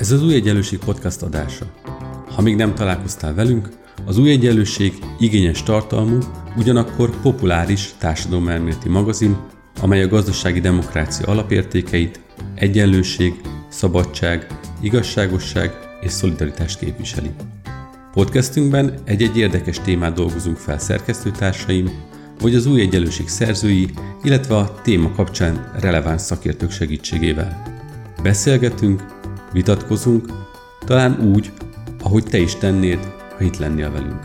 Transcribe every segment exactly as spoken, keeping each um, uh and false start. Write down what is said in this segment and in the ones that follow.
Ez az Új Egyenlőség podcast adása. Ha még nem találkoztál velünk, az Új Egyenlőség igényes tartalmú, ugyanakkor populáris társadalomelméleti magazin, amely a gazdasági demokrácia alapértékeit, egyenlőség, szabadság, igazságosság és szolidaritást képviseli. Podcastünkben egy-egy érdekes témát dolgozunk fel szerkesztőtársaim, vagy az Új Egyenlőség szerzői, illetve a téma kapcsán releváns szakértők segítségével. Beszélgetünk, vitatkozunk, talán úgy, ahogy te is tennéd, ha itt lennél velünk.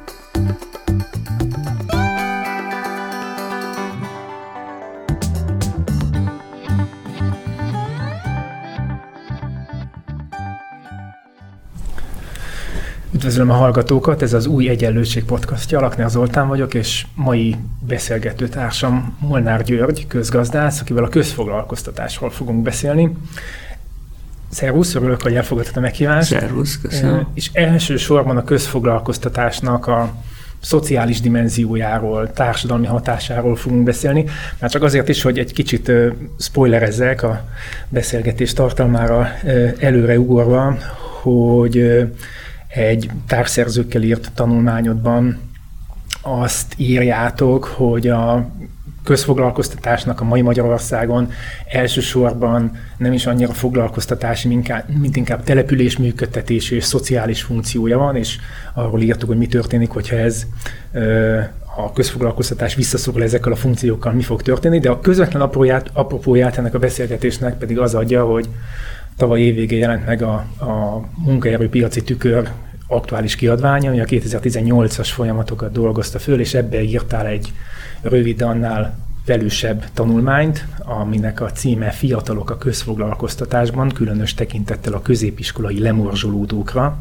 Üdvözlöm a hallgatókat, ez az Új Egyenlőség podcastja, Lakner Zoltán vagyok, és mai beszélgető társam Molnár György, közgazdász, akivel a közfoglalkoztatásról fogunk beszélni. Szervusz, örülök, hogy elfogadtad a meghívást. Szervusz, köszönöm. És elsősorban a közfoglalkoztatásnak a szociális dimenziójáról, társadalmi hatásáról fogunk beszélni, már csak azért is, hogy egy kicsit uh, spoilerezzek a beszélgetés tartalmára uh, előre ugorva, hogy uh, egy társszerzőkkel írt tanulmányodban azt írjátok, hogy a közfoglalkoztatásnak a mai Magyarországon elsősorban nem is annyira foglalkoztatási, mint inkább településműködtetési és szociális funkciója van, és arról írtuk, hogy mi történik, hogyha ez a közfoglalkoztatás visszaszorul ezekkel a funkciókkal, mi fog történni, de a közvetlen apróját, apropóját ennek a beszélgetésnek pedig az adja, hogy tavaly évvégén jelent meg a, a munkaerőpiaci tükör aktuális kiadványa, ami a kétezer-tizennyolcas folyamatokat dolgozta föl, és ebbe írtál egy rövid, annál velősebb tanulmányt, aminek a címe Fiatalok a közfoglalkoztatásban, különös tekintettel a középiskolai lemorzsolódókra,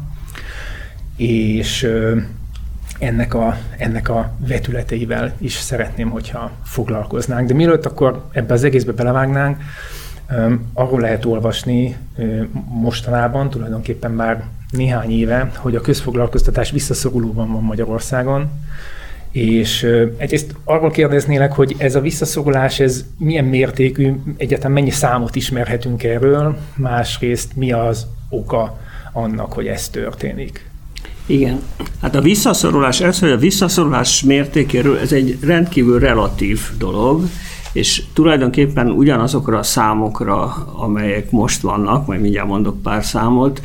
és ennek a, ennek a vetületeivel is szeretném, hogyha foglalkoznánk. De mielőtt akkor ebbe az egészbe belevágnánk, arról lehet olvasni mostanában, tulajdonképpen már néhány éve, hogy a közfoglalkoztatás visszaszorulóban van Magyarországon, és egyrészt arról kérdeznélek, hogy ez a visszaszorulás, ez milyen mértékű, egyáltalán mennyi számot ismerhetünk erről, másrészt mi az oka annak, hogy ez történik? Igen, hát a visszaszorulás, először a visszaszorulás mértékéről ez egy rendkívül relatív dolog, és tulajdonképpen ugyanazokra a számokra, amelyek most vannak, majd mindjárt mondok pár számot,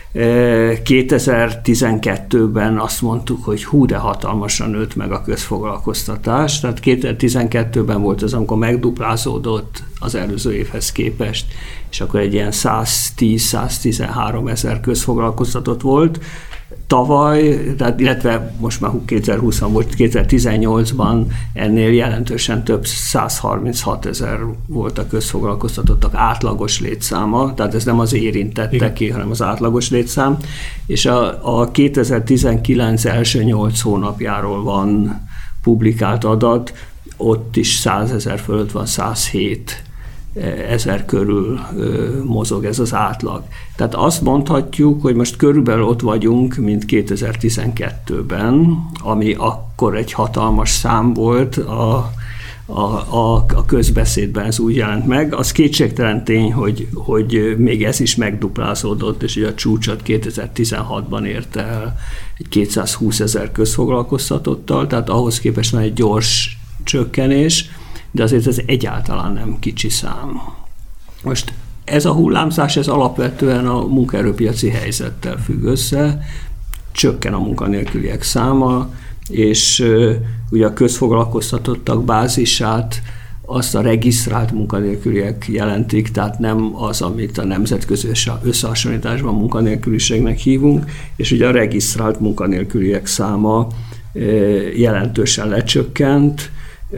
kétezer-tizenkettőben azt mondtuk, hogy hú, de hatalmasan nőtt meg a közfoglalkoztatás, tehát kétezer-tizenkettőben volt az, amikor megduplázódott az előző évhez képest, és akkor egy ilyen száztíz-száztizenhárom ezer közfoglalkoztatott volt. Tavaly, tehát, illetve most már kétezer-húszban volt, kétezer-tizennyolcban ennél jelentősen több, százharminchat ezer volt a közfoglalkoztatottak átlagos létszáma, tehát ez nem az érintette ki, hanem az átlagos létszám, és a, a kétezer-tizenkilenc első nyolc hónapjáról van publikált adat, ott is százezer fölött van, százhét ezer körül mozog ez az átlag. Tehát azt mondhatjuk, hogy most körülbelül ott vagyunk, mint kétezer-tizenkettőben, ami akkor egy hatalmas szám volt, a, a, a, a közbeszédben ez úgy jelent meg. Az kétségtelen tény, hogy, hogy még ez is megduplázódott, és a csúcsot kétezer-tizenhatban érte el egy kétszázhúsz ezer közfoglalkoztatottal, tehát ahhoz képest van egy gyors csökkenés, de azért ez egyáltalán nem kicsi szám. Most ez a hullámzás, ez alapvetően a munkaerőpiaci helyzettel függ össze, csökken a munkanélküliek száma, és uh, ugye a közfoglalkoztatottak bázisát azt a regisztrált munkanélküliek jelentik, tehát nem az, amit a nemzetközi összehasonlításban munkanélküliségnek hívunk, és ugye a regisztrált munkanélküliek száma uh, jelentősen lecsökkent,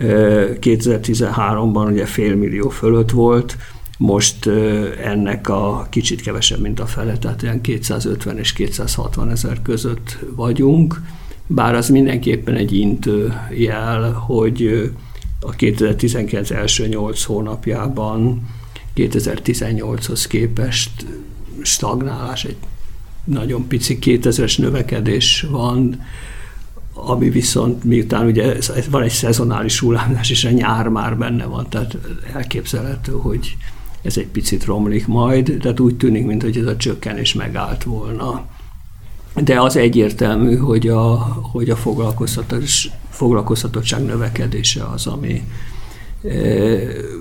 kétezer-tizenháromban ugye fél millió fölött volt, most ennek a kicsit kevesebb, mint a fele, tehát olyan kétszázötven és kétszázhatvan ezer között vagyunk, bár az mindenképpen egy intő jel, hogy a kétezer-tizenkilenc első nyolc hónapjában kétezer-tizennyolchoz képest stagnálás, egy nagyon pici kétezres növekedés van, ami viszont miután ugye van egy szezonális hullámzás, és a nyár már benne van, tehát elképzelhető, hogy ez egy picit romlik majd, tehát úgy tűnik, mintha ez a csökkenés megállt volna. De az egyértelmű, hogy a, hogy a foglalkoztatás, foglalkoztatottság növekedése az, ami e,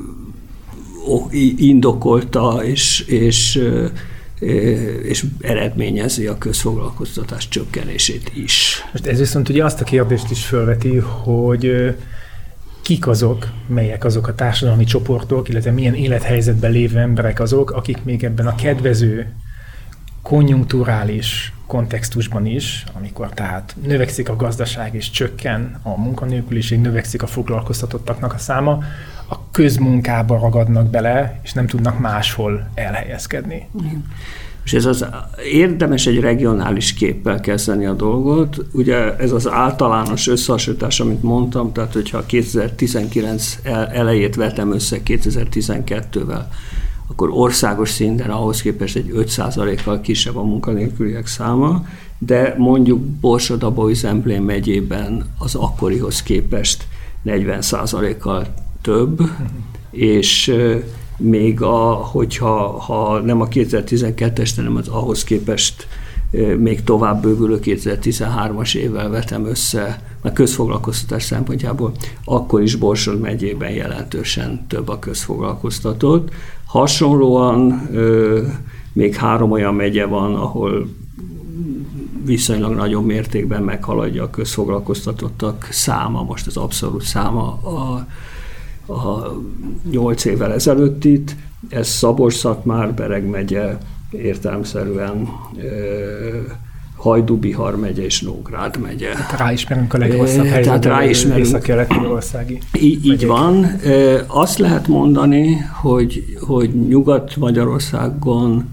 indokolta és, és, e, és eredményezi a közfoglalkoztatás csökkenését is. Most ez viszont ugye azt a kérdést is felveti, hogy kik azok, melyek azok a társadalmi csoportok, illetve milyen élethelyzetben lévő emberek azok, akik még ebben a kedvező konjunkturális kontextusban is, amikor tehát növekszik a gazdaság és csökken a munkanélküliség, növekszik a foglalkoztatottaknak a száma, a közmunkába ragadnak bele, és nem tudnak máshol elhelyezkedni. És ez az érdemes egy regionális képpel kezdeni a dolgot. Ugye ez az általános összehasonlítás, amit mondtam, tehát hogyha kétezer-tizenkilenc elejét vetem össze kétezer-tizenkettővel, akkor országos szinten ahhoz képest egy öt százalékkal kisebb a munkanélküliek száma, de mondjuk Borsod-Abaúj-Zemplén megyében az akkorihoz képest negyven százalékkal több, és még a, hogyha ha nem a kétezer-tizenkettes, hanem az ahhoz képest még tovább bővülő kétezer-tizenhármas évvel vetem össze, a közfoglalkoztatás szempontjából, akkor is Borsod megyében jelentősen több a közfoglalkoztatott. Hasonlóan még három olyan megye van, ahol viszonylag nagyobb mértékben meghaladja a közfoglalkoztatottak száma, most az abszolút száma a, a nyolc évvel ezelőtt itt. Ez Szabolcs-Szatmár, Bereg megye, értelemszerűen Hajdú-Bihar megye és Nógrád megye. Tehát ráismerünk a legrosszabb helyzetben észak-keleti országi. Így, így van. Azt lehet mondani, hogy, hogy Nyugat-Magyarországon,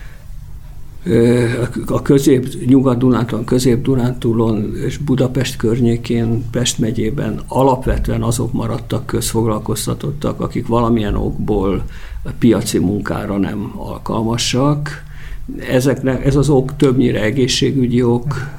a közép, Nyugat-Dunántúlon, Közép-Dunántúlon és Budapest környékén, Pest megyében alapvetően azok maradtak közfoglalkoztatottak, akik valamilyen okból piaci munkára nem alkalmasak. Ezeknek, ez az ok többnyire egészségügyi ok.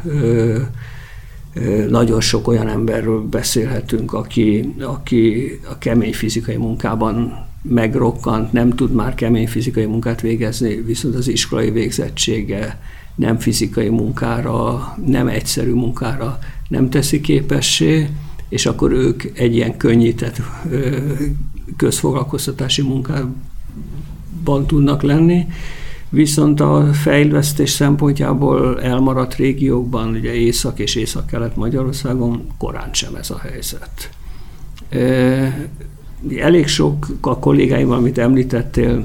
Nagyon sok olyan emberről beszélhetünk, aki, aki a kemény fizikai munkában megrokkant, nem tud már kemény fizikai munkát végezni, viszont az iskolai végzettsége nem fizikai munkára, nem egyszerű munkára nem teszi képessé, és akkor ők egy ilyen könnyített közfoglalkoztatási munkában tudnak lenni. Viszont a fejlesztés szempontjából elmaradt régiókban, ugye Észak- és Észak-Kelet-Magyarországon korán sem ez a helyzet. Elég sok a kollégáimmal, amit említettél,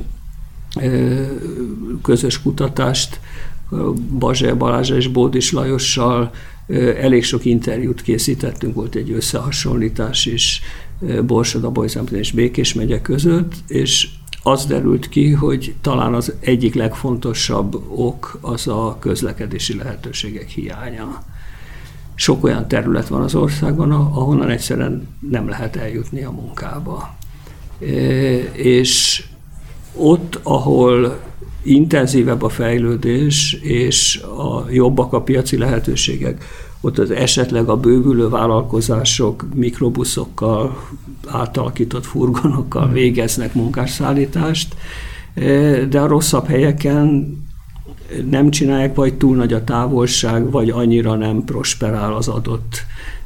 közös kutatást Bazser Balázs és Bódis Lajossal, elég sok interjút készítettünk, volt egy összehasonlítás is Borsod-Abaúj-Zemplén és Békés megye között, és az derült ki, hogy talán az egyik legfontosabb ok az a közlekedési lehetőségek hiánya. Sok olyan terület van az országban, ahonnan egyszerűen nem lehet eljutni a munkába. És ott, ahol intenzívebb a fejlődés és a jobbak a piaci lehetőségek, ott az esetleg a bővülő vállalkozások mikrobuszokkal, átalakított furgonokkal végeznek munkásszállítást, de a rosszabb helyeken nem csinálják, vagy túl nagy a távolság, vagy annyira nem prosperál az adott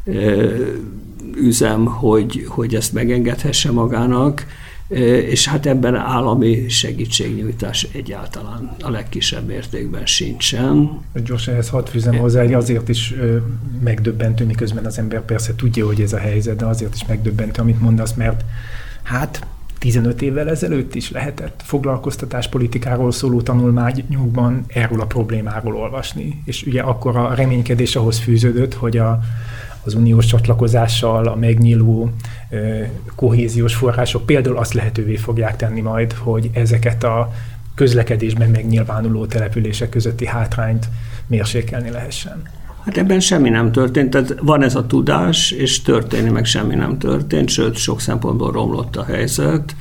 üzem, hogy, hogy ezt megengedhesse magának, és hát ebben állami segítségnyújtás egyáltalán a legkisebb mértékben sincsen. Gyorsan ehhez hadd fűzem hozzá, hogy azért is megdöbbentő, miközben az ember persze tudja, hogy ez a helyzet, de azért is megdöbbentő, amit mondasz, mert hát tizenöt évvel ezelőtt is lehetett foglalkoztatáspolitikáról szóló tanulmányokban erről a problémáról olvasni. És ugye akkor a reménykedés ahhoz fűződött, hogy a az uniós csatlakozással a megnyíló ö, kohéziós források például azt lehetővé fogják tenni majd, hogy ezeket a közlekedésben megnyilvánuló települések közötti hátrányt mérsékelni lehessen. Hát ebben semmi nem történt, tehát van ez a tudás, és történni meg semmi nem történt, sőt, sok szempontból romlott a helyzet.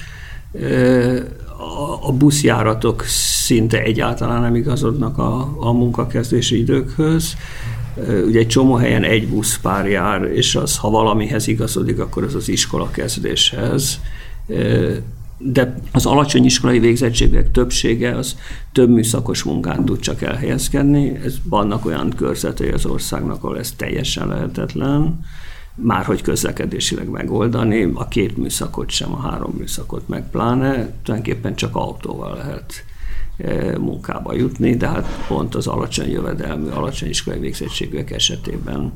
A buszjáratok szinte egyáltalán nem igazodnak a, a munkakezdési időkhöz. Ugye egy csomó helyen egy buszpár jár, és az, ha valamihez igazodik, akkor az az iskolakezdéshez. de az alacsony iskolai végzettségek többsége az több műszakos munkán tud csak elhelyezkedni. Ez, vannak olyan körzetei az országnak, ahol ez teljesen lehetetlen, márhogy közlekedésileg megoldani, a két műszakot sem, a három műszakot meg pláne, tulajdonképpen csak autóval lehet munkába jutni, de hát pont az alacsony jövedelmű, alacsony iskolai végzettségűek esetében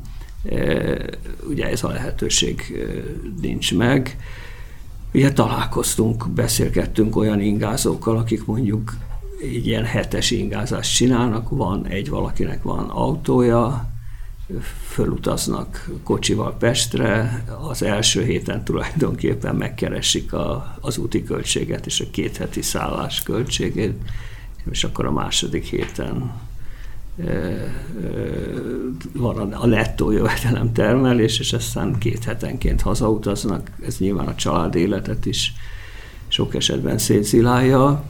ugye ez a lehetőség nincs meg. Ugye találkoztunk, beszélgettünk olyan ingázókkal, akik mondjuk így ilyen hetes ingázást csinálnak, van egy valakinek van autója, fölutaznak kocsival Pestre, az első héten tulajdonképpen megkeresik a, az úti költséget és a két heti szállás költségét, és akkor a második héten e, e, van a nettó jövedelem termelés, és aztán két hetenként hazautaznak. Ez nyilván a család életet is sok esetben szétzilálja.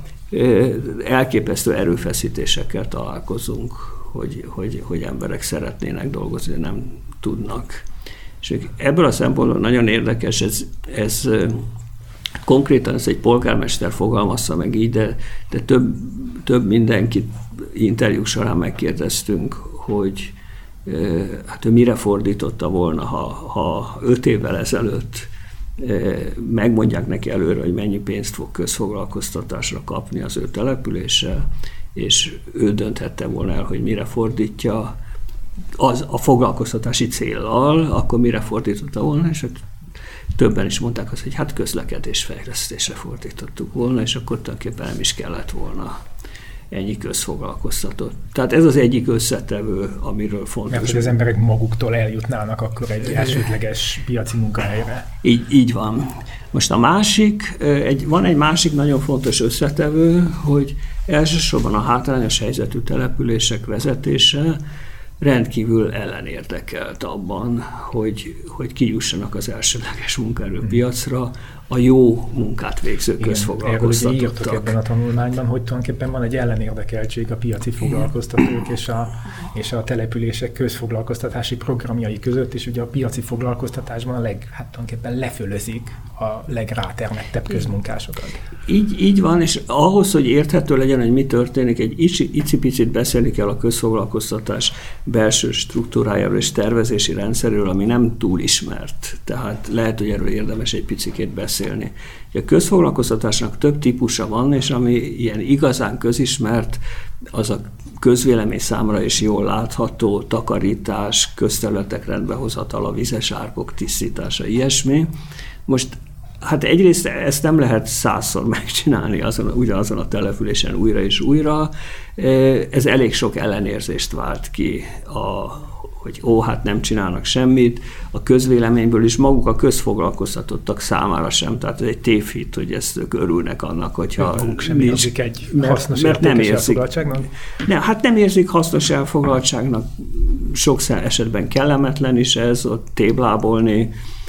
Elképesztő erőfeszítésekkel találkozunk, hogy, hogy, hogy emberek szeretnének dolgozni, nem tudnak. És ebből a szempontból nagyon érdekes, ez, ez konkrétan ez egy polgármester fogalmazza meg így, de, de több, több mindenkit interjú során megkérdeztünk, hogy hát ő mire fordította volna, ha, ha öt évvel ezelőtt megmondják neki előre, hogy mennyi pénzt fog közfoglalkoztatásra kapni az ő települése, és ő dönthette volna el, hogy mire fordítja az a foglalkoztatási céllal, akkor mire fordította volna, és többen is mondták azt, hogy hát közlekedésfejlesztésre fordítottuk volna, és akkor tulajdonképpen nem is kellett volna ennyi közfoglalkoztatott. Tehát ez az egyik összetevő, amiről fontos. Mert hogy az emberek maguktól eljutnának akkor egy elsődleges piaci munkahelyre. Így, így van. Most a másik, egy, van egy másik nagyon fontos összetevő, hogy elsősorban a hátrányos helyzetű települések vezetése rendkívül ellenérdekelt abban, hogy, hogy kijussanak az elsődleges munkaerőpiacra a jó munkát végző közfoglalkoztatottak. Igen, írtok ebben a tanulmányban, hogy tulajdonképpen van egy ellenérdekeltség a piaci foglalkoztatók és a, és a települések közfoglalkoztatási programjai között, és ugye a piaci foglalkoztatásban a leg, hát tulajdonképpen lefölözik a legrátermettebb közmunkásokat. Így, így van, és ahhoz, hogy érthető legyen, hogy mi történik, egy icipicit beszélni kell a közfoglalkoztatás belső struktúrájáról és tervezési rendszerről, ami nem túl ismert. Tehát lehet, hogy erről érdemes egy picikét beszélni. A közfoglalkoztatásnak több típusa van, és ami ilyen igazán közismert, az a közvélemény számára is jól látható takarítás, közterületek rendbehozatala, vizes árkok tisztítása, ilyesmi. Most hát egyrészt ezt nem lehet százszor megcsinálni azon, ugyanazon a településen újra és újra. Ez elég sok ellenérzést vált ki, a, hogy ó, hát nem csinálnak semmit. A közvéleményből is maguk a közfoglalkoztatottak számára sem. Tehát ez egy tévhit, hogy ezt ők örülnek annak, hogyha... Maguk sem érzik egy hasznos mert nem érzik, elfoglaltságnak? Ne, hát nem érzik hasznos elfoglaltságnak. Sok esetben kellemetlen is ez, ott téblábolni,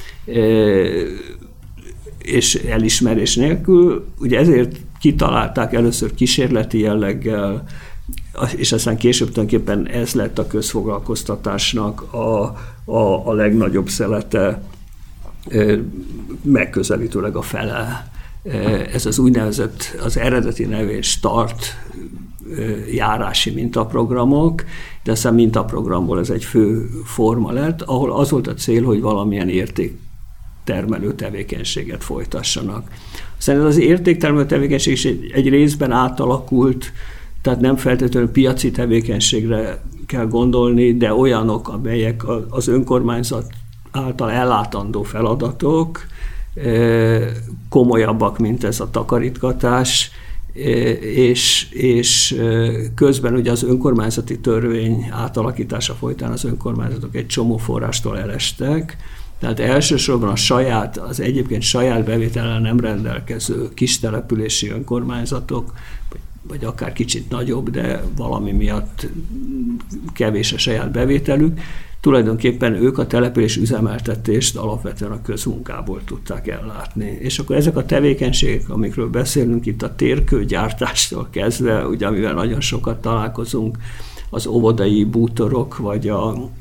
és elismerés nélkül. Ugye ezért kitalálták először kísérleti jelleggel, és aztán később tulajdonképpen ez lett a közfoglalkoztatásnak a, a, a legnagyobb szelete, megközelítőleg a fele. Ez az úgynevezett, az eredeti nevén START járási mintaprogramok, de aztán mintaprogramból ez egy fő forma lett, ahol az volt a cél, hogy valamilyen érték termelő tevékenységet folytassanak. Szerintem az értéktermelő tevékenység is egy, egy részben átalakult, tehát nem feltétlenül piaci tevékenységre kell gondolni, de olyanok, amelyek az önkormányzat által ellátandó feladatok, komolyabbak, mint ez a takarítgatás, és, és közben ugye az önkormányzati törvény átalakítása folytán az önkormányzatok egy csomó forrástól elestek. Tehát elsősorban a saját, az egyébként saját bevétellel nem rendelkező kistelepülési önkormányzatok, vagy, vagy akár kicsit nagyobb, de valami miatt kevés a saját bevételük, tulajdonképpen ők a település üzemeltetést alapvetően a közmunkából tudták ellátni. És akkor ezek a tevékenységek, amikről beszélünk itt a térkőgyártástól kezdve, ugye amivel nagyon sokat találkozunk, az óvodai bútorok, vagy a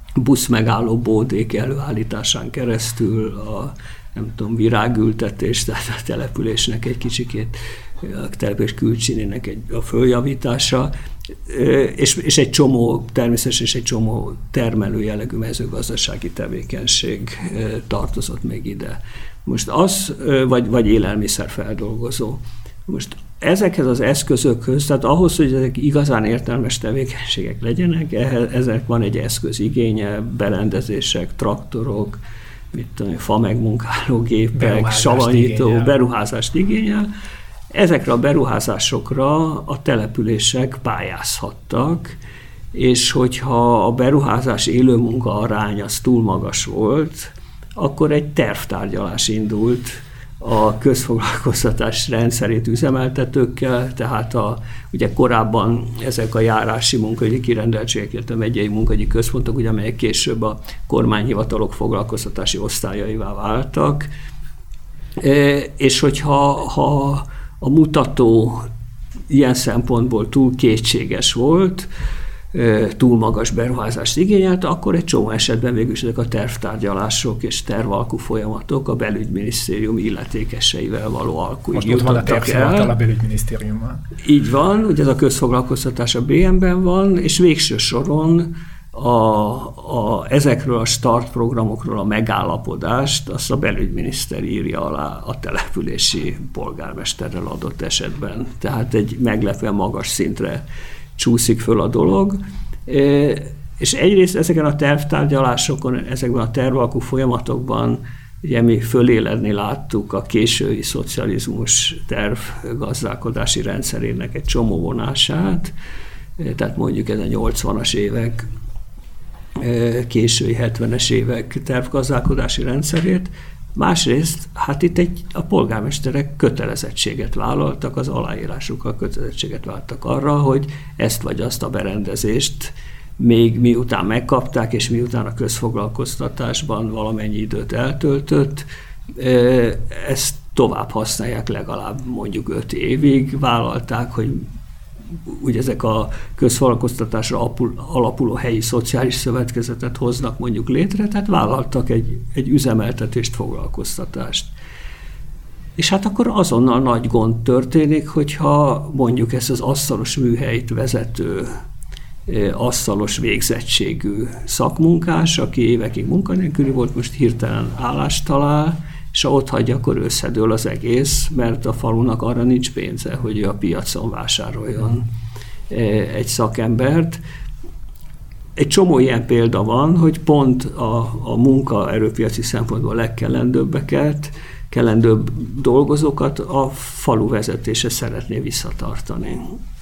buszmegálló bódék előállításán keresztül a nem tudom, virágültetés, tehát a településnek egy kicsikét, a település külcsinének egy, a följavítása, és, és egy csomó, természetesen és egy csomó termelő jellegű mezőgazdasági tevékenység tartozott még ide. Most az, vagy, vagy élelmiszerfeldolgozó. Most ezekhez az eszközökhöz, tehát ahhoz, hogy ezek igazán értelmes tevékenységek legyenek, ehhez, ezek van egy eszközigénye, berendezések, traktorok, mit tudom, fa megmunkáló gépek, savanyító, igényel. beruházást igényel. Ezekre a beruházásokra a települések pályázhattak, és hogyha a beruházás élőmunka arány az túl magas volt, akkor egy tervtárgyalás indult a közfoglalkoztatás rendszerét üzemeltetőkkel, tehát a, ugye korábban ezek a járási munkahogyi kirendeltségek, illetve megyei munkahogyi központok, ugye, amelyek később a kormányhivatalok foglalkoztatási osztályaivá váltak, e, és hogyha ha a mutató ilyen szempontból túl kétséges volt, túl magas beruházást igényelt, akkor egy csomó esetben végül is ezek a tervtárgyalások és tervalkú folyamatok a belügyminisztérium illetékeseivel való alkuig jutottak el. A belügyminisztériumban. Így van, ugye ez a közfoglalkoztatás a bé em-ben van, és végső soron a, a, ezekről a startprogramokról a megállapodást azt a belügyminiszter írja alá a települési polgármesterrel adott esetben. Tehát egy meglepően magas szintre csúszik föl a dolog, és egyrészt ezeken a tervtárgyalásokon, ezekben a tervalkú folyamatokban ugye mi föléledni láttuk a késői szocializmus tervgazdálkodási rendszerének egy csomó vonását, tehát mondjuk ez a nyolcvanas évek, késői hetvenes évek tervgazdálkodási rendszerét. Másrészt, hát itt egy, a polgármesterek kötelezettséget vállaltak, az aláírásukkal kötelezettséget váltak arra, hogy ezt vagy azt a berendezést még miután megkapták, és miután a közfoglalkoztatásban valamennyi időt eltöltött, ezt tovább használják legalább mondjuk öt évig, vállalták, hogy ugye ezek a közfoglalkoztatásra alapuló helyi szociális szövetkezetet hoznak mondjuk létre, tehát vállaltak egy, egy üzemeltetést, foglalkoztatást. És hát akkor azonnal nagy gond történik, hogyha mondjuk ezt az asztalos műhelyt vezető, asztalos végzettségű szakmunkás, aki évekig munkanélküli volt, most hirtelen állást talál, és ha ott hagyja, akkor összedől az egész, mert a falunak arra nincs pénze, hogy ő a piacon vásároljon egy szakembert. Egy csomó ilyen példa van, hogy pont a, a munkaerőpiaci szempontból legkellendőbbeket, kellendőbb dolgozókat a falu vezetése szeretné visszatartani.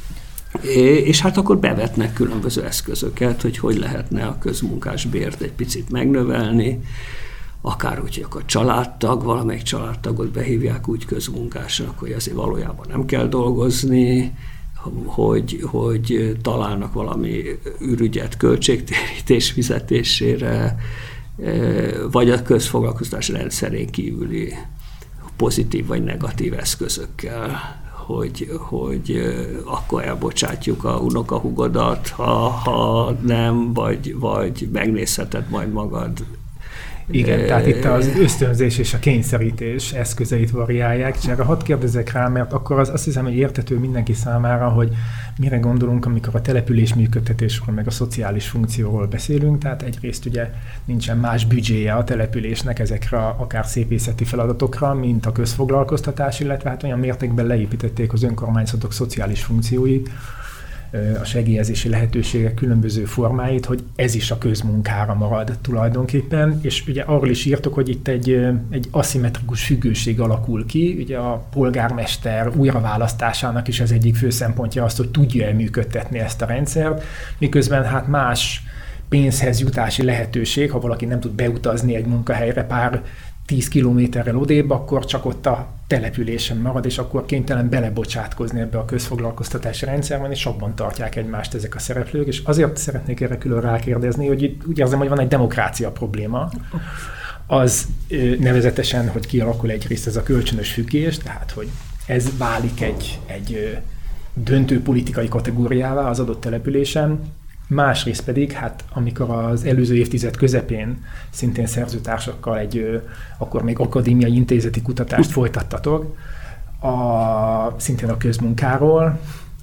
És hát akkor bevetnek különböző eszközöket, hogy hogy lehetne a közmunkás bért egy picit megnövelni, akár úgy, hogy akkor családtag, valamelyik családtagot behívják úgy közmunkásnak, hogy azért valójában nem kell dolgozni, hogy, hogy találnak valami ürügyet költségtérítés fizetésére, vagy a közfoglalkoztatás rendszerén kívüli pozitív vagy negatív eszközökkel, hogy, hogy akkor elbocsátjuk a unokahugodat, ha, ha nem, vagy, vagy megnézheted majd magad. Igen, e... tehát itt az ösztönzés és a kényszerítés eszközeit variálják, és erre hadd kérdezek rá, mert akkor az, azt hiszem, hogy érthető mindenki számára, hogy mire gondolunk, amikor a település működtetésről, meg a szociális funkcióról beszélünk, tehát egyrészt ugye nincsen más büdzséje a településnek ezekre akár szépészeti feladatokra, mint a közfoglalkoztatás, illetve hát olyan mértékben leépítették az önkormányzatok szociális funkcióit, a segélyezési lehetőségek különböző formáit, hogy ez is a közmunkára marad tulajdonképpen, és ugye arról is írtok, hogy itt egy, egy aszimmetrikus függőség alakul ki, ugye a polgármester újraválasztásának is az egyik fő szempontja az, hogy tudja-e működtetni ezt a rendszert, miközben hát más pénzhez jutási lehetőség, ha valaki nem tud beutazni egy munkahelyre pár tíz kilométerrel odébb, akkor csak ott a településen marad, és akkor kénytelen belebocsátkozni ebbe a közfoglalkoztatási rendszerben, és abban tartják egymást ezek a szereplők, és azért szeretnék erre külön rákérdezni, hogy itt úgy érzem, hogy van egy demokrácia probléma, az nevezetesen, hogy kialakul egyrészt ez a kölcsönös függés, tehát hogy ez válik egy, egy döntő politikai kategóriává az adott településen, Másrészt pedig, hát amikor az előző évtized közepén szintén szerzőtársakkal egy akkor még akadémiai intézeti kutatást folytattatok, a, szintén a közmunkáról,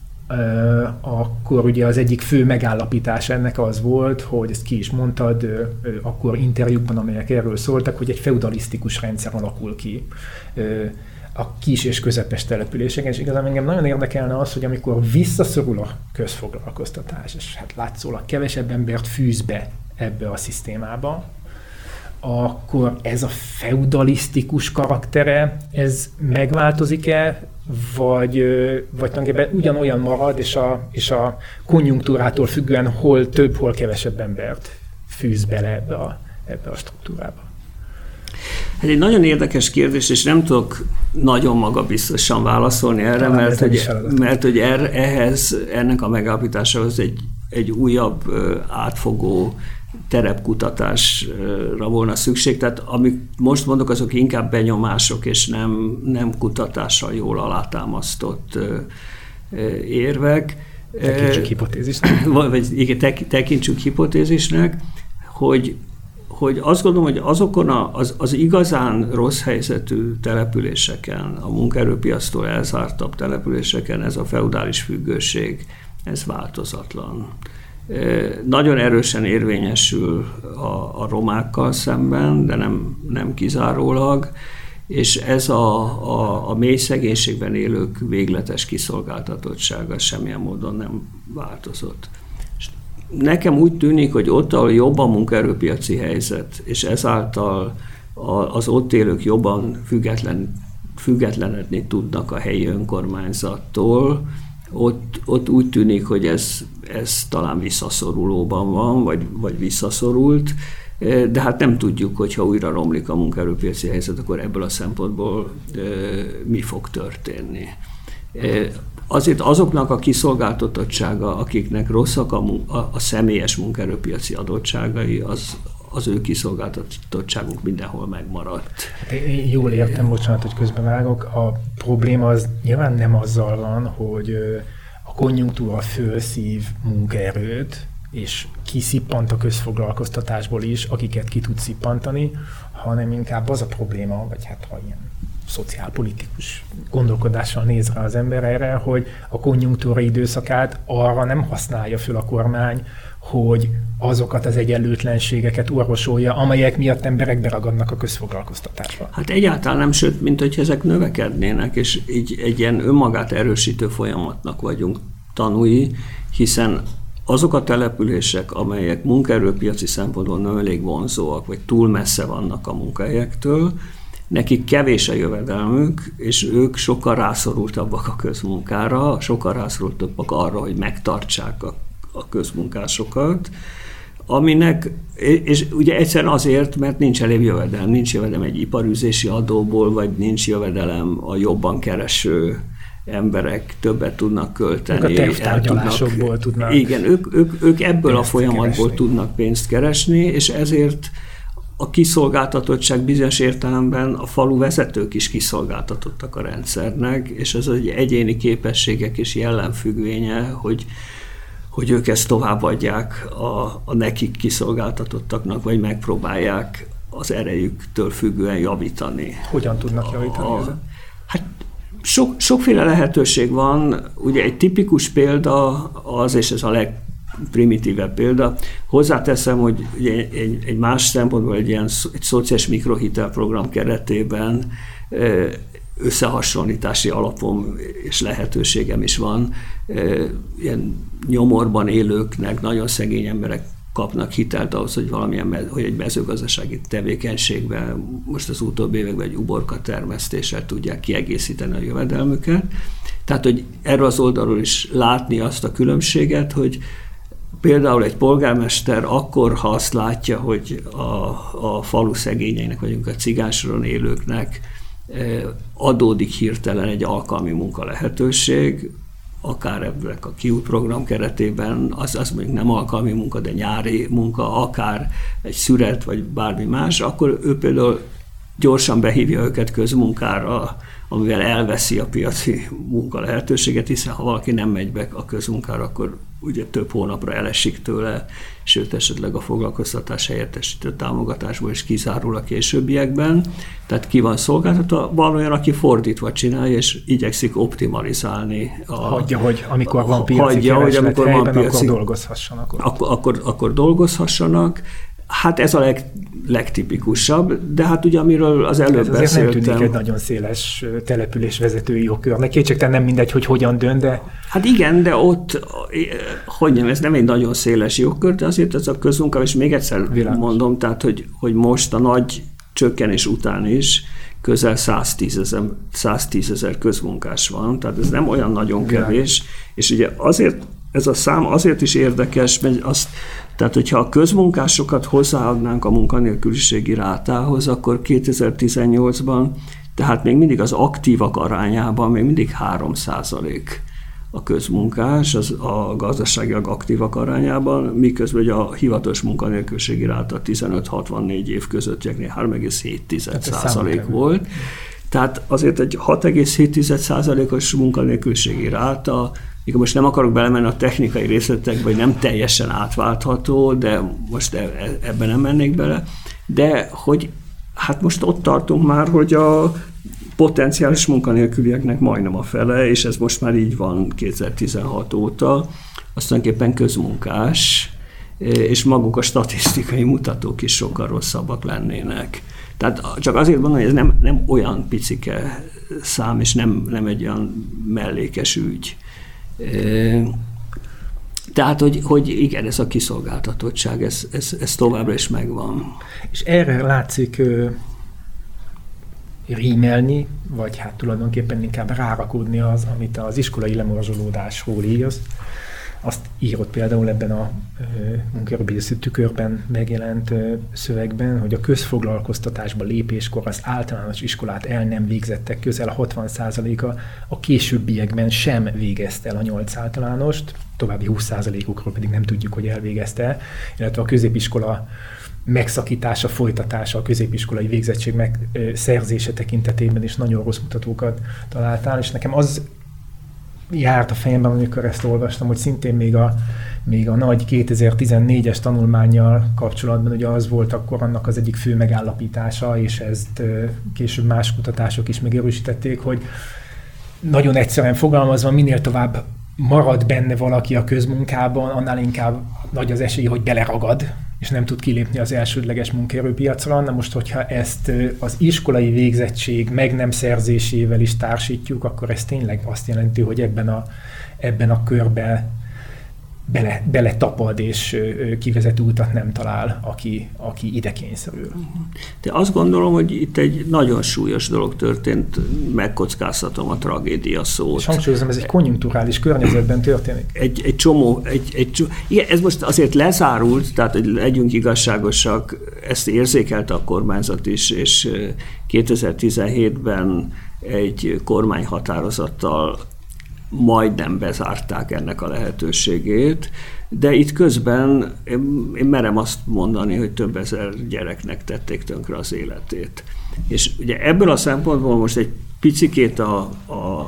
akkor ugye az egyik fő megállapítás ennek az volt, hogy ezt ki is mondtad akkor interjúkban, amelyek erről szóltak, hogy egy feudalisztikus rendszer alakul ki a kis és közepes településeken, és igazán engem nagyon érdekelne az, hogy amikor visszaszorul a közfoglalkoztatás, és hát látszólag kevesebb embert fűz be ebbe a szisztémába, akkor ez a feudalisztikus karaktere, ez megváltozik-e, vagy, vagy tulajdonképpen ugyanolyan marad, és a, és a konjunktúrától függően hol több, hol kevesebb embert fűz bele ebbe a, ebbe a struktúrába? Hát egy nagyon érdekes kérdés, és nem tudok nagyon magabiztosan válaszolni erre, mert hogy, mert hogy er, ehhez, ennek a megállapításához egy, egy újabb átfogó terepkutatásra volna szükség. Tehát amit most mondok, azok inkább benyomások, és nem, nem kutatással jól alátámasztott érvek. Tekintsük hipotézisnek. Vagy igen, tekintsük hipotézisnek, hogy hogy azt gondolom, hogy azokon a, az, az igazán rossz helyzetű településeken, a munkaerőpiactól elzártabb településeken ez a feudális függőség, ez változatlan. E, nagyon erősen érvényesül a, a romákkal szemben, de nem, nem kizárólag, és ez a, a, a mély szegénységben élők végletes kiszolgáltatottsága semmilyen módon nem változott. Nekem úgy tűnik, hogy ott, ahol jobb a munkaerőpiaci helyzet, és ezáltal az ott élők jobban független, függetlenedni tudnak a helyi önkormányzattól, ott, ott úgy tűnik, hogy ez, ez talán visszaszorulóban van, vagy, vagy visszaszorult, de hát nem tudjuk, hogyha újra romlik a munkaerőpiaci helyzet, akkor ebből a szempontból mi fog történni. Azért azoknak a kiszolgáltatottsága, akiknek rosszak a, a, a személyes munkaerőpiaci adottságai, az, az ő kiszolgáltatottságuk mindenhol megmaradt. Én jól értem, bocsánat, hogy közbevágok. A probléma az nyilván nem azzal van, hogy a konjunktúra fölszív munkaerőt, és kiszippant a közfoglalkoztatásból is, akiket ki tud szippantani, hanem inkább az a probléma, vagy hát ha ilyen szociálpolitikus gondolkodással néz rá az ember erre, hogy a konjunktúra időszakát arra nem használja föl a kormány, hogy azokat az egyenlőtlenségeket orvosolja, amelyek miatt emberek beragadnak a közfoglalkoztatásba. Hát egyáltalán nem, sőt, mint hogy ezek növekednének, és így egy ilyen önmagát erősítő folyamatnak vagyunk tanúi, hiszen azok a települések, amelyek munkaerőpiaci szempontból nem elég vonzóak, vagy túl messze vannak a munkahelyektől, nekik kevés a jövedelmük, és ők sokkal rászorultabbak a közmunkára, sokkal rászorultabbak arra, hogy megtartsák a, a közmunkásokat, aminek, és ugye egyszerűen azért, mert nincs elég jövedelem, nincs jövedelem egy iparűzési adóból, vagy nincs jövedelem a jobban kereső emberek többet tudnak költeni. Ők a tervtárgyalásokból tudnak. Igen, ők, ők, ők ebből a folyamatból keresni. tudnak pénzt keresni, és ezért a kiszolgáltatottság bizonyos értelemben a falu vezetők is kiszolgáltatottak a rendszernek, és ez egy egyéni képességek és jellemfüggvénye, hogy, hogy ők ezt továbbadják a, a nekik kiszolgáltatottaknak, vagy megpróbálják az erejüktől függően javítani. Hogyan tudnak javítani a, ezen? Hát sok, sokféle lehetőség van. Ugye egy tipikus példa az, és ez a leg primitívebb példa. Hozzáteszem, hogy egy, egy más szempontból egy ilyen egy szociális mikrohitelprogram keretében összehasonlítási alapom és lehetőségem is van. Ilyen nyomorban élőknek, nagyon szegény emberek kapnak hitelt ahhoz, hogy valamilyen, hogy egy mezőgazdasági tevékenységben most az utóbbi években egy uborka termesztéssel tudják kiegészíteni a jövedelmüket. Tehát, hogy erről az oldalról is látni azt a különbséget, hogy például egy polgármester akkor, ha azt látja, hogy a, a falu szegényeinek, vagyunk a cigánysoron élőknek adódik hirtelen egy alkalmi munka lehetőség, akár ebből a Kiút program keretében, az, az mondjuk nem alkalmi munka, de nyári munka, akár egy szüret, vagy bármi más, akkor ő például gyorsan behívja őket közmunkára, amivel elveszi a piaci munka lehetőséget, hiszen ha valaki nem megy be a közmunkára, akkor ugye több hónapra elesik tőle, sőt esetleg a foglalkoztatás helyettesítő támogatásból is kizárul a későbbiekben. Tehát ki van szolgáltatva, van olyan, aki fordítva csinálja, és igyekszik optimalizálni. A, hagyja, hogy amikor van piaci hagyja, hogy amikor helyben, van piaci, akkor dolgozhassanak. Akkor, akkor, akkor dolgozhassanak. Hát ez a leg, legtipikusabb, de hát ugye amiről az előbb ez beszéltem. nem tűnik egy nagyon széles településvezetői jogkörnek. Kétségtelen nem mindegy, hogy hogyan dönt, de... Hát igen, de ott, hogy nem, ez nem egy nagyon széles jogkör, de azért ez a közmunka, és még egyszer Világos. mondom, tehát hogy, hogy most a nagy csökkenés után is közel száztíz ezer közmunkás van, tehát ez nem olyan nagyon kevés, Világos. És ugye azért ez a szám azért is érdekes, mert azt, tehát hogyha a közmunkásokat hozzáadnánk a munkanélküliségi rátához, akkor kétezer-tizennyolcban, tehát még mindig az aktívak arányában még mindig három százalék a közmunkás, az a gazdaságilag aktívak arányában, miközben ugye a hivatalos munkanélküliségi ráta tizenöt-hatvannégy év közöttieknél három egész hét százalék volt. Tehát azért egy hat egész hét százalékos munkanélküliségi ráta, mikor most nem akarok belemenni a technikai részletekbe, vagy nem teljesen átváltható, de most ebben nem mennék bele, de hogy hát most ott tartunk már, hogy a potenciális munkanélkülieknek majdnem a fele, és ez most már így van kétezer-tizenhat óta, az tulajdonképpen közmunkás, és maguk a statisztikai mutatók is sokkal rosszabbak lennének. Tehát csak azért mondom, hogy ez nem, nem olyan picike szám, és nem, nem egy olyan mellékes ügy. Tehát, hogy, hogy igen, ez a kiszolgáltatottság, ez, ez, ez továbbra is megvan. És erre látszik ö, rímelni, vagy hát tulajdonképpen inkább rárakódni az, amit az iskolai lemorzsolódásról írsz. Azt írott például ebben a munkaerőpiaci tükörben megjelent ö, szövegben, hogy a közfoglalkoztatásba lépéskor az általános iskolát el nem végzettek közel hatvan százaléka, a későbbiekben sem végezte el a nyolc általánost, további húsz százalékukról pedig nem tudjuk, hogy elvégezte, illetve a középiskola megszakítása, folytatása, a középiskolai végzettség megszerzése tekintetében is nagyon rossz mutatókat találtál, és nekem az járt a fejemben, amikor ezt olvastam, hogy szintén még a, még a nagy kétezer-tizennégyes tanulmánnyal kapcsolatban ugye az volt akkor annak az egyik fő megállapítása, és ezt később más kutatások is megerősítették, hogy nagyon egyszerűen fogalmazva, minél tovább marad benne valaki a közmunkában, annál inkább nagy az esély, hogy beleragad, és nem tud kilépni az elsődleges munkaerőpiacra. Na most, hogyha ezt az iskolai végzettség meg nem szerzésével is társítjuk, akkor ez tényleg azt jelenti, hogy ebben a, ebben a körben bele, bele tapad, és kivezető utat nem talál, aki, aki ide kényszerül. De azt gondolom, hogy itt egy nagyon súlyos dolog történt, megkockáztatom a tragédia szót. És hangsúlyozom, ez egy konjunkturális környezetben történik. Egy, egy csomó, egy, egy csomó, igen, ez most azért lezárult, tehát hogy legyünk igazságosak, ezt érzékelte a kormányzat is, és kétezer-tizenhétben egy kormányhatározattal majdnem bezárták ennek a lehetőségét, de itt közben én, én merem azt mondani, hogy több ezer gyereknek tették tönkre az életét. És ugye ebből a szempontból most egy picikét a, a,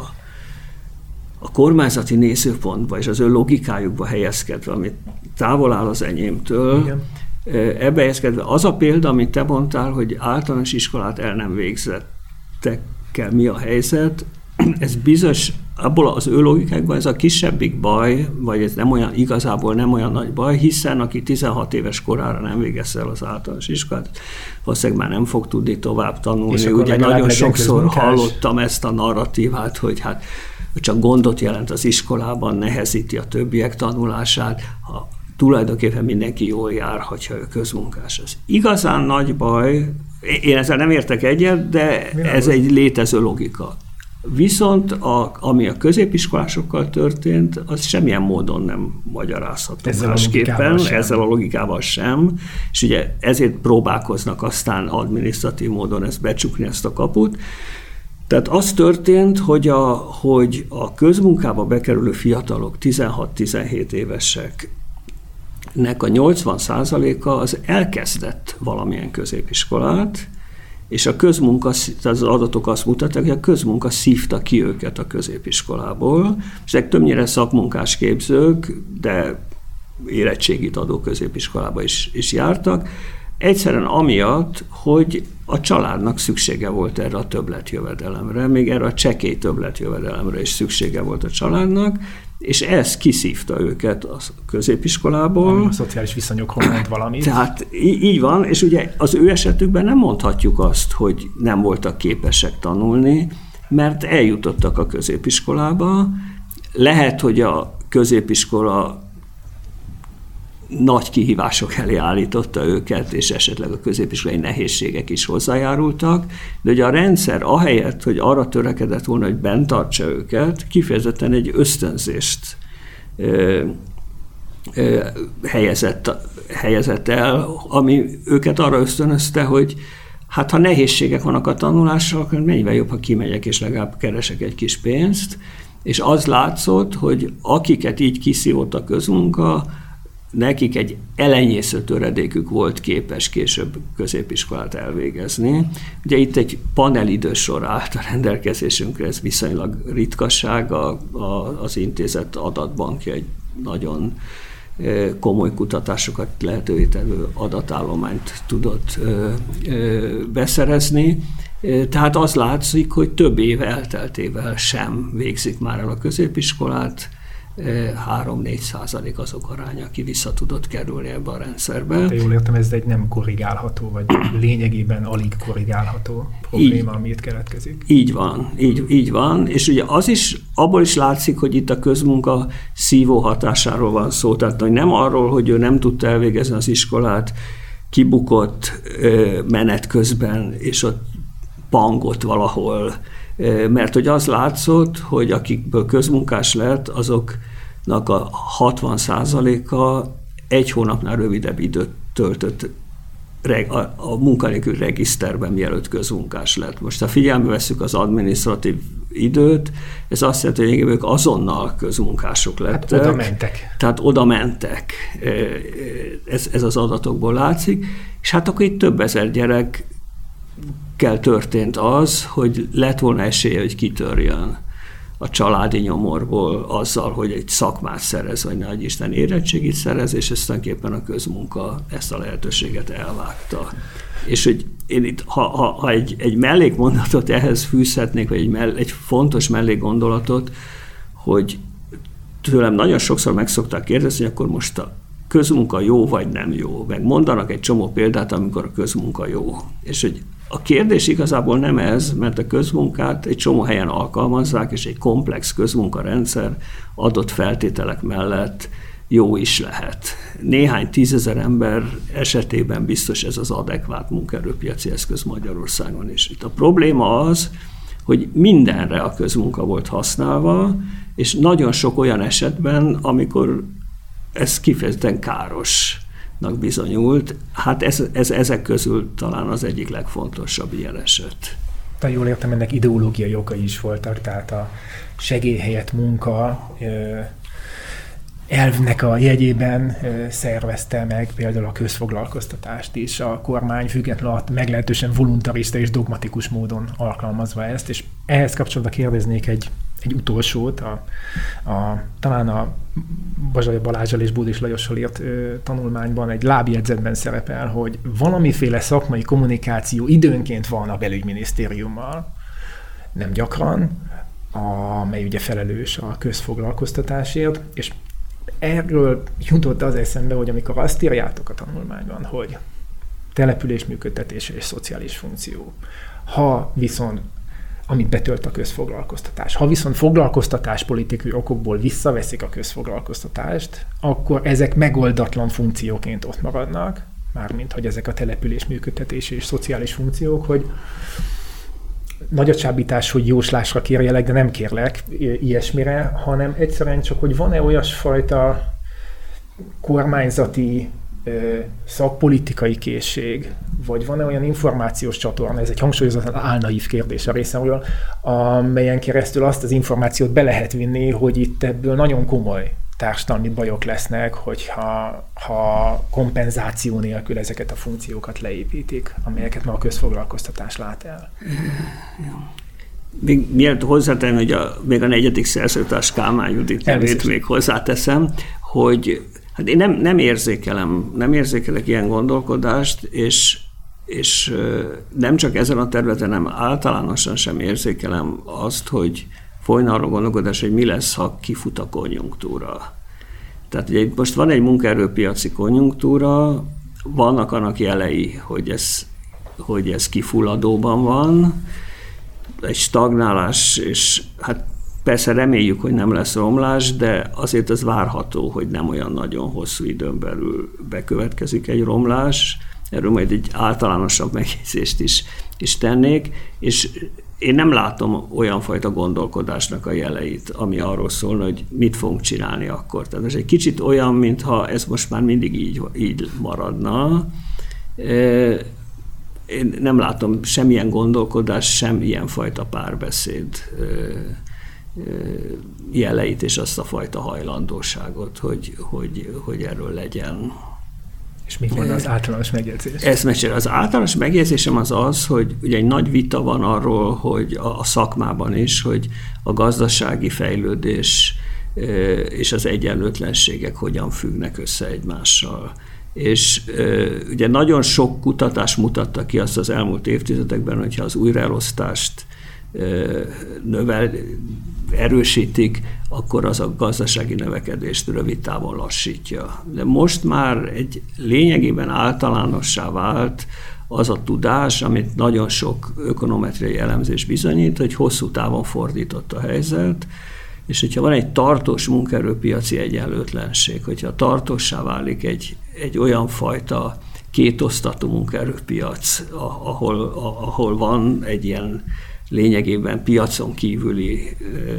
a kormányzati nézőpontba és az ő logikájukba helyezkedve, ami távol áll az enyémtől, igen. Ebbe helyezkedve az a példa, amit te mondtál, hogy általános iskolát el nem végzettekkel mi a helyzet, ez bizonyos, abból az ő logikákban ez a kisebbik baj, vagy ez nem olyan, igazából nem olyan nagy baj, hiszen aki tizenhat éves korára nem végezte el az általános iskolát, valószínűleg már nem fog tudni tovább tanulni. Ugye nagyon sokszor közmunkás. Hallottam ezt a narratívát, hogy hát csak gondot jelent az iskolában, nehezíti a többiek tanulását, ha tulajdonképpen mindenki jól jár, hogyha ő közmunkás. Ez igazán nagy baj, én ezzel nem értek egyet, de ez egy létező logika. Viszont a, ami a középiskolásokkal történt, az semmilyen módon nem magyarázható ezzel másképpen, a ezzel a logikával sem, és ugye ezért próbálkoznak aztán adminisztratív módon ezt becsukni, ezt a kaput. Tehát az történt, hogy a, hogy a közmunkába bekerülő fiatalok, tizenhat-tizenhét éveseknek a nyolcvan százaléka az elkezdett valamilyen középiskolát, és a közmunka, az adatok azt mutatják, hogy a közmunka szívta ki őket a középiskolából, és ezek többnyire szakmunkás képzők, de érettségit adó középiskolába is, is jártak, egyszerűen amiatt, hogy a családnak szüksége volt erre a többletjövedelemre, még erre a csekély többletjövedelemre is szüksége volt a családnak, és ez kiszívta őket a középiskolából. A szociális viszonyokról ment valamit. Tehát így van, és ugye az ő esetükben nem mondhatjuk azt, hogy nem voltak képesek tanulni, mert eljutottak a középiskolába. Lehet, hogy a középiskola nagy kihívások elé állította őket, és esetleg a középiskolai nehézségek is hozzájárultak, de ugye a rendszer ahelyett, hogy arra törekedett volna, hogy bent tartsa őket, kifejezetten egy ösztönzést ö, ö, helyezett, helyezett el, ami őket arra ösztönözte, hogy hát ha nehézségek vannak a tanulással, akkor mennyivel jobb, ha kimegyek, és legalább keresek egy kis pénzt, és az látszott, hogy akiket így kiszívott a közmunka, nekik egy elenyésző töredékük volt képes később középiskolát elvégezni. Ugye itt egy panelidősor állt a rendelkezésünkre, ez viszonylag ritkaság, a, a, az intézet adatbankja egy nagyon komoly kutatásokat lehetővé tevő adatállományt tudott ö, ö, beszerezni. Tehát az látszik, hogy több év elteltével sem végzik már el a középiskolát, három-négy százalék azok aránya, aki vissza tudott kerülni ebbe a rendszerbe. De jól értem, ez egy nem korrigálható, vagy lényegében alig korrigálható probléma, így, ami itt keletkezik. Így van, így, így van, és ugye az is, abból is látszik, hogy itt a közmunka szívó hatásáról van szó, tehát hogy nem arról, hogy ő nem tudta elvégezni az iskolát, kibukott menet közben, és ott pangott valahol, mert hogy az látszott, hogy akikből közmunkás lett, azoknak a hatvan százaléka egy hónapnál rövidebb időt töltött a munkanélküli regiszterben, mielőtt közmunkás lett. Most ha figyelme vesszük az adminisztratív időt, ez azt jelenti, hogy ők azonnal közmunkások lettek. Hát oda mentek. Tehát oda mentek. Ez, ez az adatokból látszik. És hát akkor itt több ezer gyerek kell történt az, hogy lett volna esélye, hogy kitörjön a családi nyomorból azzal, hogy egy szakmát szerez, vagy nagy Isten érettségit szerez, és ezt tulajdonképpen a közmunka ezt a lehetőséget elvágta. És hogy én itt, ha, ha, ha egy, egy mellékmondatot ehhez fűzhetnék, vagy egy, mell, egy fontos mellékgondolatot, hogy tőlem nagyon sokszor meg szokták kérdezni, hogy akkor most a közmunka jó, vagy nem jó. Meg mondanak egy csomó példát, amikor a közmunka jó. És hogy a kérdés igazából nem ez, mert a közmunkát egy csomó helyen alkalmazzák, és egy komplex közmunkarendszer adott feltételek mellett jó is lehet. Néhány tízezer ember esetében biztos ez az adekvát munkaerőpiaci eszköz Magyarországon is. Itt a probléma az, hogy mindenre a közmunka volt használva, és nagyon sok olyan esetben, amikor ez kifejezetten károsnak bizonyult, hát ez, ez ezek közül talán az egyik legfontosabb ilyen eset. De jól értem, ennek ideológiai okai is voltak, tehát a segély helyett munka elvnek a jegyében szervezte meg például a közfoglalkoztatást is a kormány, függetlenül meglehetősen voluntarista és dogmatikus módon alkalmazva ezt, és ehhez kapcsolatban kérdeznék egy, egy utolsót, a, a, talán a Bazsai Balázsal és Bódis Lajossal írt ö, tanulmányban egy lábjegyzetben szerepel, hogy valamiféle szakmai kommunikáció időnként van a belügyminisztériummal, nem gyakran, amely ugye felelős a közfoglalkoztatásért, és erről jutott az eszembe, hogy amikor azt írjátok a tanulmányban, hogy településműködtetése és szociális funkció, ha viszont amit betölt a közfoglalkoztatás. Ha viszont foglalkoztatáspolitikai okokból visszaveszik a közfoglalkoztatást, akkor ezek megoldatlan funkcióként ott maradnak, mármint, hogy ezek a településműködtetési és szociális funkciók, hogy nagy a csábítás, hogy jóslásra kérjelek, de nem kérlek ilyesmire, hanem egyszerűen csak, hogy van-e olyasfajta kormányzati szakpolitikai készség, vagy van-e olyan információs csatorna, ez egy hangsúlyozottan álnaív kérdés a részemről, amelyen keresztül azt az információt be lehet vinni, hogy itt ebből nagyon komoly társadalmi bajok lesznek, hogyha ha kompenzáció nélkül ezeket a funkciókat leépítik, amelyeket ma a közfoglalkoztatás lát el. Még mielőtt hozzátenni, hogy a, még a negyedik szerzőtárs Kálmán Judit nevét még hozzáteszem, hogy hát én nem, nem érzékelem, nem érzékelek ilyen gondolkodást, és, és nem csak ezen a területen, hanem általánosan sem érzékelem azt, hogy folyna arra gondolkodás, hogy mi lesz, ha kifut a konjunktúra. Tehát ugye most van egy munkaerőpiaci konjunktúra, vannak annak jelei, hogy ez, hogy ez kifulladóban van, egy stagnálás, és hát persze reméljük, hogy nem lesz romlás, de azért az várható, hogy nem olyan nagyon hosszú időn belül bekövetkezik egy romlás. Erről majd egy általánosabb megjegyzést is, is tennék, és én nem látom olyan fajta gondolkodásnak a jeleit, ami arról szól, hogy mit fogunk csinálni akkor. Tehát ez egy kicsit olyan, mintha ez most már mindig így, így maradna. Én nem látom semmilyen gondolkodás, semmilyen fajta párbeszéd jeleit, és azt a fajta hajlandóságot, hogy, hogy, hogy erről legyen. És mi van az általános megjegyzés? Ez az általános megjegyzésem az az, hogy ugye egy nagy vita van arról, hogy a, a szakmában is, hogy a gazdasági fejlődés és az egyenlőtlenségek hogyan függnek össze egymással. És ugye nagyon sok kutatás mutatta ki azt az elmúlt évtizedekben, hogyha az újraelosztást növel, erősítik, akkor az a gazdasági növekedést rövid távon lassítja. De most már egy lényegében általánossá vált az a tudás, amit nagyon sok ökonometriai elemzés bizonyít, hogy hosszú távon fordított a helyzet, és hogyha van egy tartós munkaerőpiaci egyenlőtlenség, hogyha tartóssá válik egy, egy olyan fajta kétosztatú munkaerőpiac, ahol, ahol van egy ilyen lényegében piacon kívüli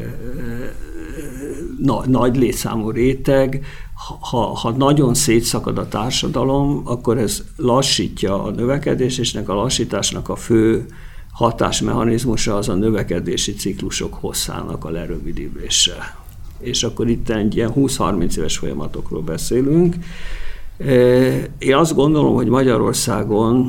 na, nagy létszámú réteg, ha, ha nagyon szétszakad a társadalom, akkor ez lassítja a növekedést, és ennek a lassításnak a fő hatásmechanizmusa az a növekedési ciklusok hosszának a lerövidítése. És akkor itt egy ilyen húsz-harminc éves folyamatokról beszélünk. Én azt gondolom, hogy Magyarországon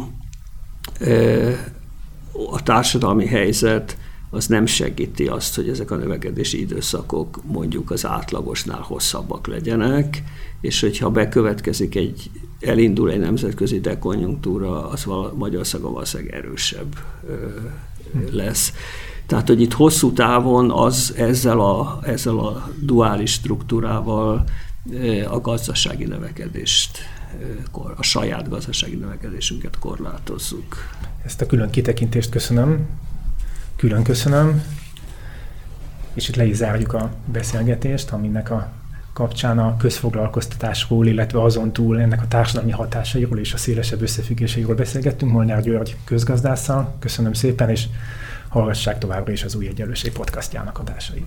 a társadalmi helyzet az nem segíti azt, hogy ezek a növekedési időszakok mondjuk az átlagosnál hosszabbak legyenek, és hogyha bekövetkezik egy, elindul egy nemzetközi dekonjunktúra, az Magyarországon valószínűleg erősebb lesz. Tehát, hogy itt hosszú távon az ezzel a, ezzel a duális struktúrával a gazdasági növekedést, a saját gazdasági növekedésünket korlátozzuk. Ezt a külön kitekintést köszönöm, külön köszönöm, és itt le is zárjuk a beszélgetést, aminek a kapcsán a közfoglalkoztatásról, illetve azon túl ennek a társadalmi hatásairól és a szélesebb összefüggéseiről beszélgettünk Molnár György közgazdásszal. Köszönöm szépen, és hallgassák továbbra is az Új Egyenlőség podcastjának adásait.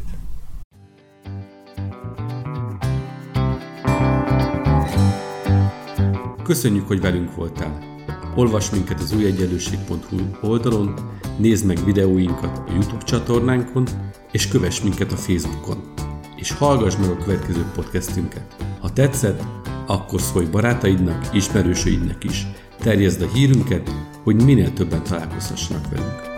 Köszönjük, hogy velünk voltál! Olvasd minket az új egyenlőség pont hu oldalon, nézd meg videóinkat a YouTube csatornánkon, és kövess minket a Facebookon. És hallgass meg a következő podcastünket. Ha tetszett, akkor szólj barátaidnak, ismerősöidnek is. Terjeszd a hírünket, hogy minél többen találkozhassanak velünk.